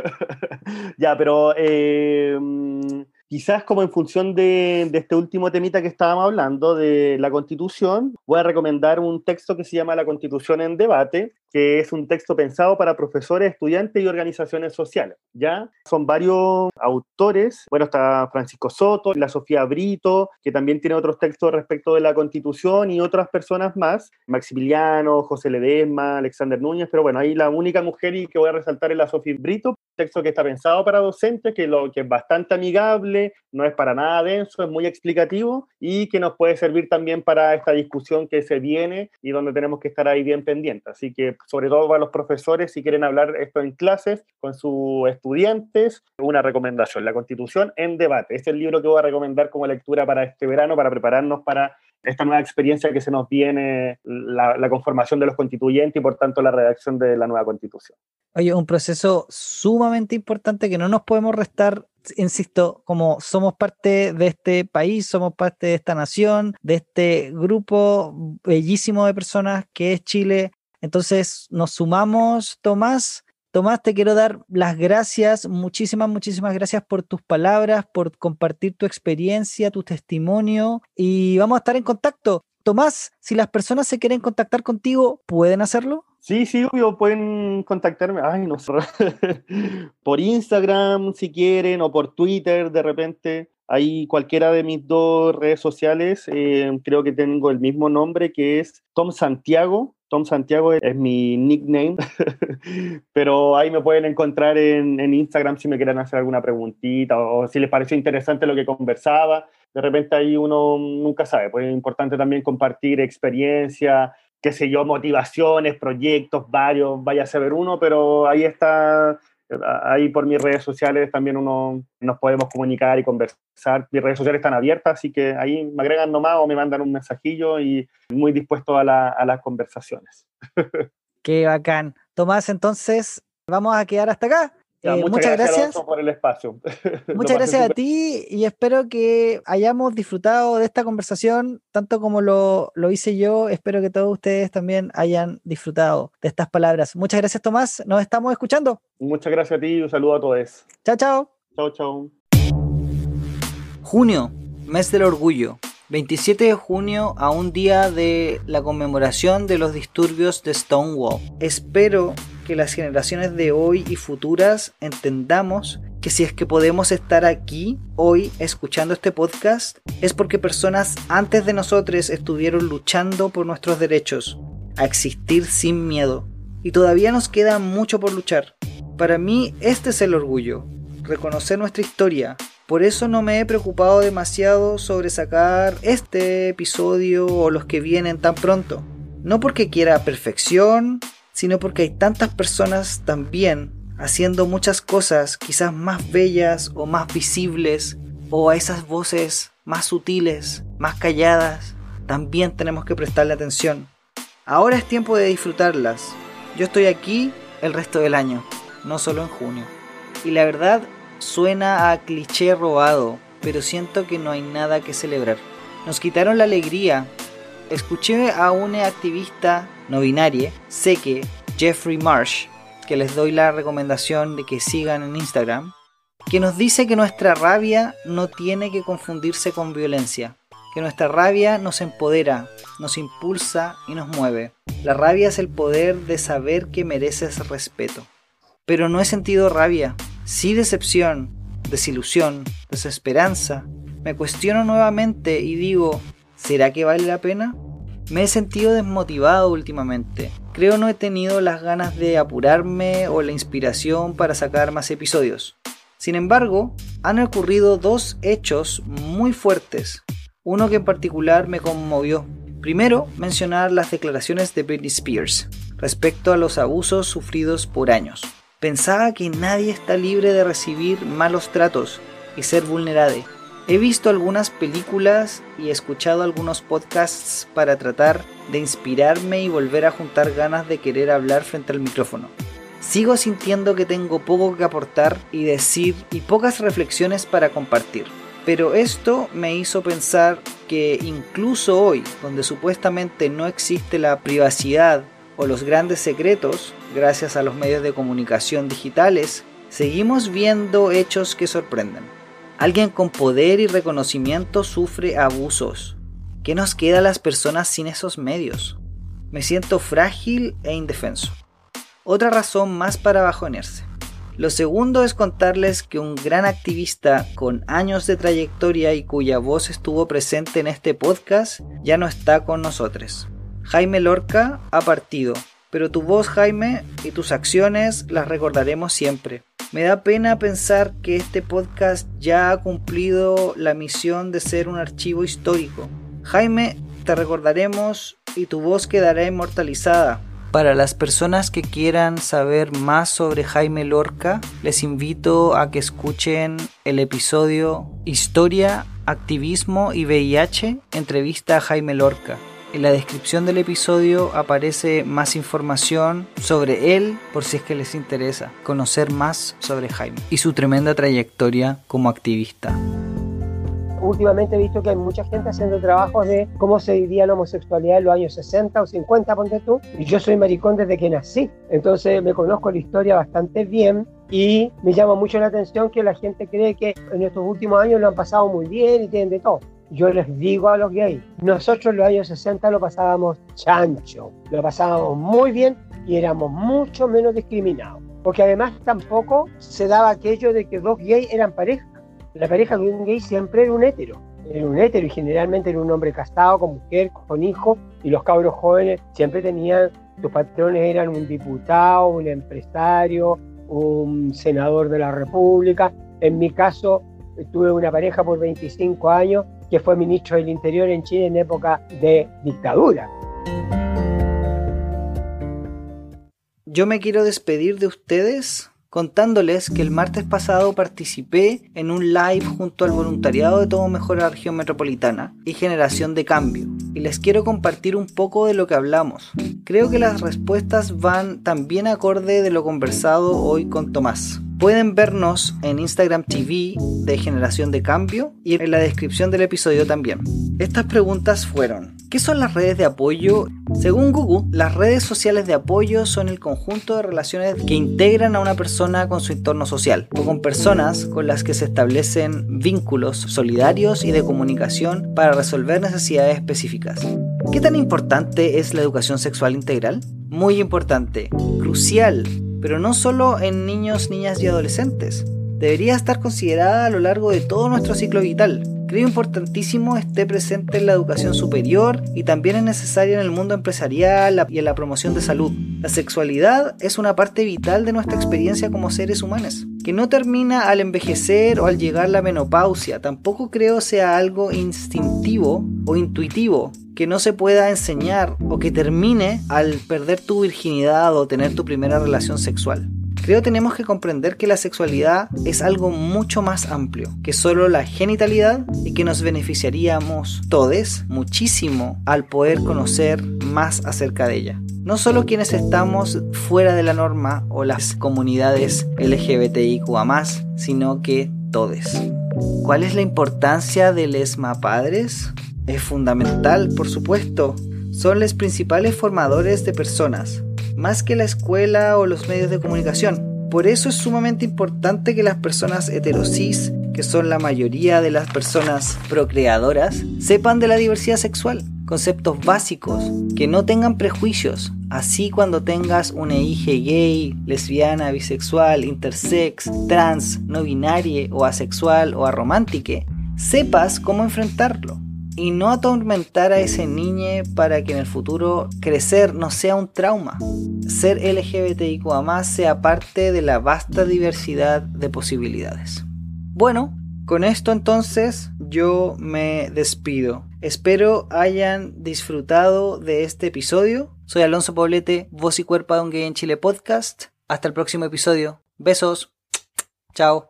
Ya, pero quizás como en función de este último temita que estábamos hablando, de la Constitución, voy a recomendar un texto que se llama La Constitución en Debate, que es un texto pensado para profesores, estudiantes y organizaciones sociales, ¿ya? Son varios autores, bueno, está Francisco Soto, la Sofía Brito, que también tiene otros textos respecto de la Constitución, y otras personas más, Maximiliano, José Ledesma, Alexander Núñez, pero bueno, ahí la única mujer y que voy a resaltar es la Sofía Brito, texto que está pensado para docentes, que es bastante amigable, no es para nada denso, es muy explicativo y que nos puede servir también para esta discusión que se viene y donde tenemos que estar ahí bien pendientes. Así que, sobre todo para los profesores, si quieren hablar esto en clases con sus estudiantes, una recomendación, La Constitución en Debate. Este es el libro que voy a recomendar como lectura para este verano, para prepararnos para esta nueva experiencia que se nos viene, la conformación de los constituyentes y por tanto la redacción de la nueva Constitución. Oye, un proceso sumamente importante que no nos podemos restar, insisto, como somos parte de este país, somos parte de esta nación, de este grupo bellísimo de personas que es Chile. Entonces nos sumamos, Tomás. Tomás, te quiero dar las gracias, muchísimas gracias por tus palabras, por compartir tu experiencia, tu testimonio, y vamos a estar en contacto. Tomás, si las personas se quieren contactar contigo, ¿pueden hacerlo? Sí, obvio, pueden contactarme, no sé, por Instagram si quieren, o por Twitter de repente. Ahí cualquiera de mis 2 redes sociales, creo que tengo el mismo nombre, que es Tom Santiago. Tom Santiago es mi nickname, pero ahí me pueden encontrar en Instagram si me quieren hacer alguna preguntita o si les pareció interesante lo que conversaba. De repente ahí uno nunca sabe, pues es importante también compartir experiencia, qué sé yo, motivaciones, proyectos, varios, vaya a saber uno, pero ahí está, ahí por mis redes sociales también nos podemos comunicar y conversar. Mis redes sociales están abiertas, así que ahí me agregan nomás o me mandan un mensajillo y muy dispuesto a las conversaciones. Qué bacán. Tomás, entonces vamos a quedar hasta acá. Muchas gracias Alonso, por el espacio. Muchas gracias a ti y espero que hayamos disfrutado de esta conversación tanto como lo hice yo. Espero que todos ustedes también hayan disfrutado de estas palabras. Muchas gracias, Tomás. Nos estamos escuchando. Muchas gracias a ti y un saludo a todos. Chao, chao. Chao. Junio, mes del orgullo. 27 de junio, a un día de la conmemoración de los disturbios de Stonewall. Espero que las generaciones de hoy y futuras entendamos que si es que podemos estar aquí hoy escuchando este podcast es porque personas antes de nosotros estuvieron luchando por nuestros derechos, a existir sin miedo. Y todavía nos queda mucho por luchar. Para mí este es el orgullo, reconocer nuestra historia. Por eso no me he preocupado demasiado sobre sacar este episodio o los que vienen tan pronto. No porque quiera perfección, sino porque hay tantas personas también haciendo muchas cosas quizás más bellas o más visibles, o a esas voces más sutiles, más calladas, también tenemos que prestarle atención. Ahora es tiempo de disfrutarlas. Yo estoy aquí el resto del año, no solo en junio. Y la verdad, suena a cliché robado, pero siento que no hay nada que celebrar. Nos quitaron la alegría. Escuché a una activista no binaria, Seke, Jeffrey Marsh, que les doy la recomendación de que sigan en Instagram, que nos dice que nuestra rabia no tiene que confundirse con violencia, que nuestra rabia nos empodera, nos impulsa y nos mueve. La rabia es el poder de saber que mereces respeto. Pero no he sentido rabia, sí decepción, desilusión, desesperanza. Me cuestiono nuevamente y digo, ¿será que vale la pena? Me he sentido desmotivado últimamente. Creo no he tenido las ganas de apurarme o la inspiración para sacar más episodios. Sin embargo, han ocurrido 2 hechos muy fuertes. Uno que en particular me conmovió. Primero, mencionar las declaraciones de Britney Spears respecto a los abusos sufridos por años. Pensaba que nadie está libre de recibir malos tratos y ser vulnerado. He visto algunas películas y escuchado algunos podcasts para tratar de inspirarme y volver a juntar ganas de querer hablar frente al micrófono. Sigo sintiendo que tengo poco que aportar y decir y pocas reflexiones para compartir. Pero esto me hizo pensar que incluso hoy, donde supuestamente no existe la privacidad o los grandes secretos, gracias a los medios de comunicación digitales, seguimos viendo hechos que sorprenden. Alguien con poder y reconocimiento sufre abusos. ¿Qué nos queda a las personas sin esos medios? Me siento frágil e indefenso. Otra razón más para bajonearse. Lo segundo es contarles que un gran activista con años de trayectoria y cuya voz estuvo presente en este podcast ya no está con nosotros. Jaime Lorca ha partido, pero tu voz, Jaime, y tus acciones las recordaremos siempre. Me da pena pensar que este podcast ya ha cumplido la misión de ser un archivo histórico. Jaime, te recordaremos y tu voz quedará inmortalizada. Para las personas que quieran saber más sobre Jaime Lorca, les invito a que escuchen el episodio Historia, Activismo y VIH, entrevista a Jaime Lorca. En la descripción del episodio aparece más información sobre él por si es que les interesa conocer más sobre Jaime y su tremenda trayectoria como activista. últimamente he visto que hay mucha gente haciendo trabajos de cómo se vivía la homosexualidad en los años 60 o 50, ponte tú, y yo soy maricón desde que nací, entonces me conozco la historia bastante bien y me llama mucho la atención que la gente cree que en estos últimos años lo han pasado muy bien y tienen de todo. Yo les digo a los gays, nosotros en los años 60 lo pasábamos chancho, lo pasábamos muy bien y éramos mucho menos discriminados, porque además tampoco se daba aquello de que dos gays eran pareja. La pareja de un gay siempre era un hétero y generalmente era un hombre casado con mujer, con hijo, y los cabros jóvenes siempre tenían, sus patrones eran un diputado, un empresario, un senador de la República. En mi caso tuve una pareja por 25 años que fue ministro del Interior en Chile en época de dictadura. Yo me quiero despedir de ustedes contándoles que el martes pasado participé en un live junto al voluntariado de Todo Mejora Región Metropolitana y Generación de Cambio, y les quiero compartir un poco de lo que hablamos. Creo que las respuestas van también acorde de lo conversado hoy con Tomás. Pueden vernos en Instagram TV de Generación de Cambio y en la descripción del episodio también. Estas preguntas fueron: ¿qué son las redes de apoyo? Según Google, las redes sociales de apoyo son el conjunto de relaciones que integran a una persona con su entorno social o con personas con las que se establecen vínculos solidarios y de comunicación para resolver necesidades específicas. ¿Qué tan importante es la educación sexual integral? Muy importante, crucial, pero no solo en niños, niñas y adolescentes. Debería estar considerada a lo largo de todo nuestro ciclo vital. Creo importantísimo esté presente en la educación superior y también es necesaria en el mundo empresarial y en la promoción de salud. La sexualidad es una parte vital de nuestra experiencia como seres humanos, que no termina al envejecer o al llegar la menopausia. Tampoco creo sea algo instintivo o intuitivo que no se pueda enseñar o que termine al perder tu virginidad o tener tu primera relación sexual. Creo que tenemos que comprender que la sexualidad es algo mucho más amplio que solo la genitalidad y que nos beneficiaríamos todos muchísimo al poder conocer más acerca de ella. No solo quienes estamos fuera de la norma o las comunidades LGBTIQA+, sino que todos. ¿Cuál es la importancia del ESMAPadres? Es fundamental, por supuesto. Son los principales formadores de personas, más que la escuela o los medios de comunicación. Por eso es sumamente importante que las personas heterosis, que son la mayoría de las personas procreadoras, sepan de la diversidad sexual, conceptos básicos, que no tengan prejuicios. Así cuando tengas una hija gay, lesbiana, bisexual, intersex, trans, no binaria o asexual o aromántica, sepas cómo enfrentarlo. Y no atormentar a ese niño para que en el futuro crecer no sea un trauma. Ser LGBTIQA+ sea parte de la vasta diversidad de posibilidades. Bueno, con esto entonces yo me despido. Espero hayan disfrutado de este episodio. Soy Alonso Poblete, voz y cuerpo de un gay en Chile podcast. Hasta el próximo episodio. Besos. Chao.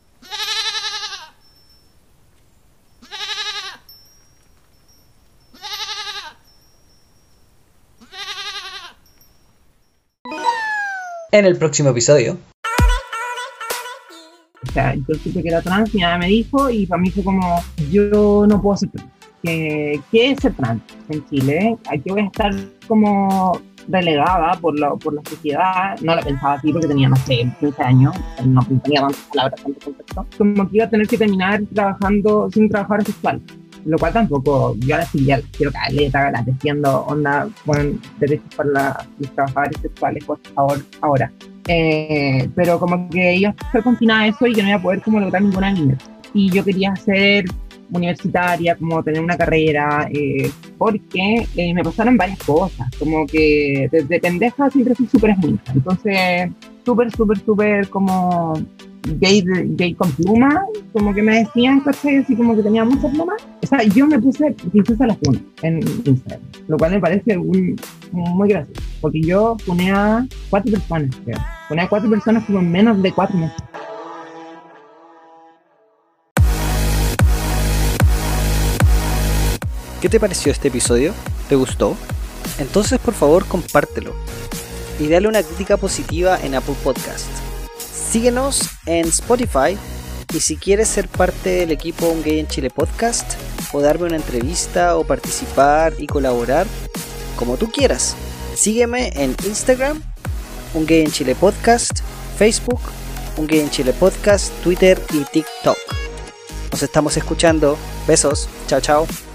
En el próximo episodio. O sea, yo supe que era trans, mi mamá me dijo, y para mí fue como, yo no puedo ser trans. ¿Qué es ser trans en Chile? Aquí voy a estar como relegada por la sociedad. No la pensaba así porque tenía, no sé, 15 años, no tenía tantas palabras, tanto contexto. Como que iba a tener que terminar trabajando sin trabajadora sexual. Lo cual tampoco, yo ahora sí ya quiero caleta, defiendo onda, bueno, derechos para los trabajadores sexuales, por favor, ahora. Pero como que iba a estar confinada a eso y que no iba a poder como lograr ninguna línea. Y yo quería ser universitaria, como tener una carrera, porque me pasaron varias cosas, como que desde pendeja siempre fui súper esminta. Entonces, súper como gay con pluma, como que me decían, ¿cachai? Así como que tenía muchas plumas. O sea, yo me puse princesa la funa en Instagram, lo cual me parece muy gracioso, porque yo funé a 4 personas, creo. Funé a 4 personas como en menos de 4 meses. ¿Qué te pareció este episodio? ¿Te gustó? Entonces por favor compártelo y dale una crítica positiva en Apple Podcast. Síguenos en Spotify Y si quieres ser parte del equipo Un Gay en Chile Podcast, o darme una entrevista, o participar y colaborar, como tú quieras, sígueme en Instagram, Un Gay en Chile Podcast, Facebook, Un Gay en Chile Podcast, Twitter y TikTok. Nos estamos escuchando. Besos. Chao, chao.